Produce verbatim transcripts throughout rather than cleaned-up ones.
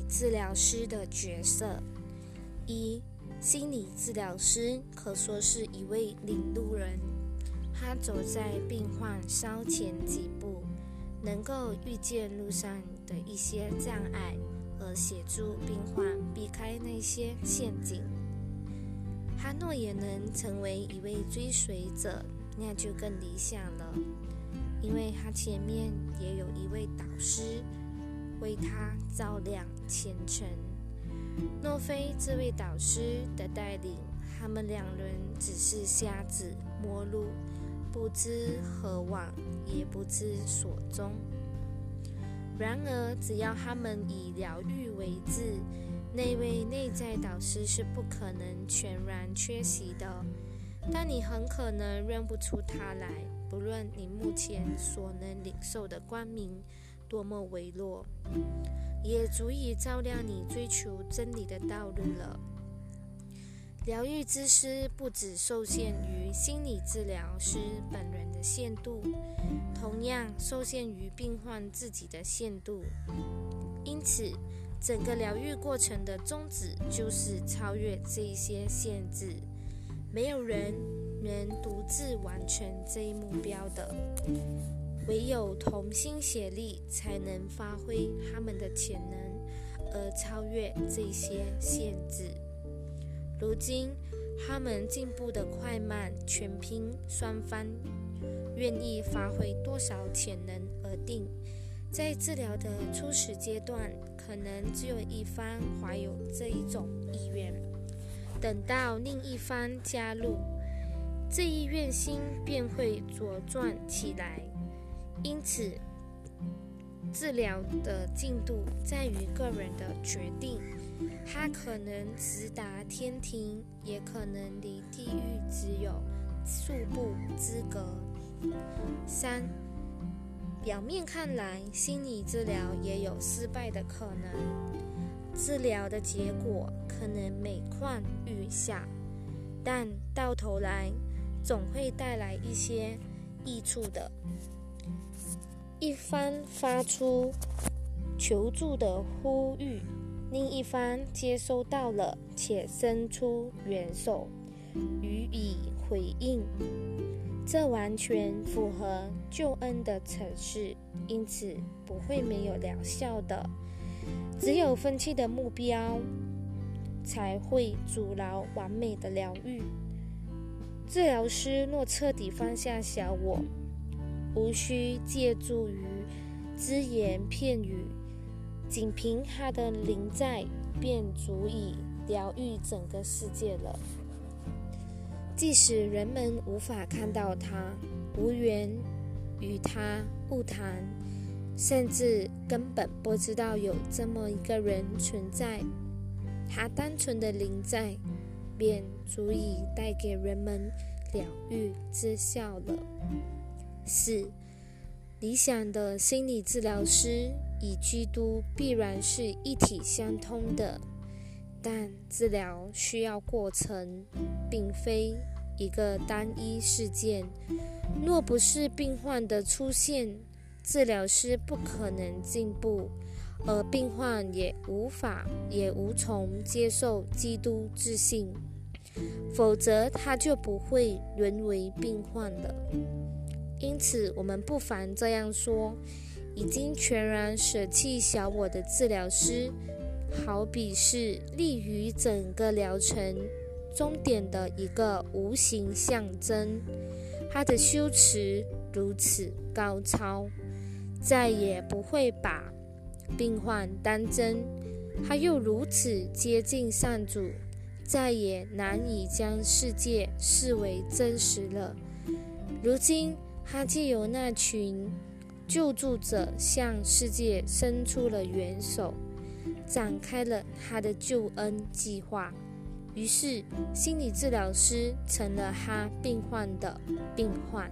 治疗师的角色。一、心理治疗师可说是一位领路人，他走在病患稍前几步，能够预见路上的一些障碍，而协助病患避开那些陷阱。他若也能成为一位追随者，那就更理想了，因为他前面也有一位导师为他照亮前程。若非这位导师的带领，他们两人只是瞎子摸路，不知何往，也不知所终。然而只要他们以疗愈为志，那位内在导师是不可能全然缺席的，但你很可能认不出他来，不论你目前所能领受的光明多么微弱，也足以照亮你追求真理的道路了。疗愈之师不只受限于心理治疗师本人的限度，同样受限于病患自己的限度。因此，整个疗愈过程的宗旨就是超越这一些限制。没有人能独自完成这一目标的，唯有同心协力，才能发挥他们的潜能，而超越这些限制。如今，他们进步的快慢，全凭双方愿意发挥多少潜能而定。在治疗的初始阶段，可能只有一方怀有这一种意愿，等到另一方加入，这一愿心便会茁壮起来。因此，治疗的进度在于个人的决定，它可能直达天庭，也可能离地狱只有数步之隔。三、表面看来，心理治疗也有失败的可能，治疗的结果可能每况愈下，但到头来总会带来一些益处的。一方发出求助的呼吁，另一方接收到了且伸出援手予以回应，这完全符合救恩的程序，因此不会没有疗效的。只有分歧的目标才会阻挠完美的疗愈。治疗师若彻底放下小我，无需借助于只言片语，仅凭他的灵在便足以疗愈整个世界了。即使人们无法看到他，无缘与他晤谈，甚至根本不知道有这么一个人存在，他单纯的灵在便足以带给人们疗愈之效了。四、理想的心理治疗师与基督必然是一体相通的，但治疗需要过程，并非一个单一事件。若不是病患的出现，治疗师不可能进步，而病患也无法也无从接受基督之信，否则他就不会沦为病患了。因此，我们不妨这样说：已经全然舍弃小我的治疗师，好比是立于整个疗程终点的一个无形象征。他的修持如此高超，再也不会把病患当真；他又如此接近上主，再也难以将世界视为真实了。如今，他藉由那群救助者向世界伸出了援手，展开了他的救恩计划。于是，心理治疗师成了他病患的病患，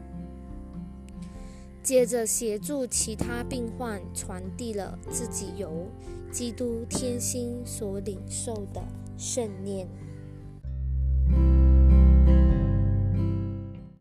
接着协助其他病患传递了自己由基督天心所领受的圣念。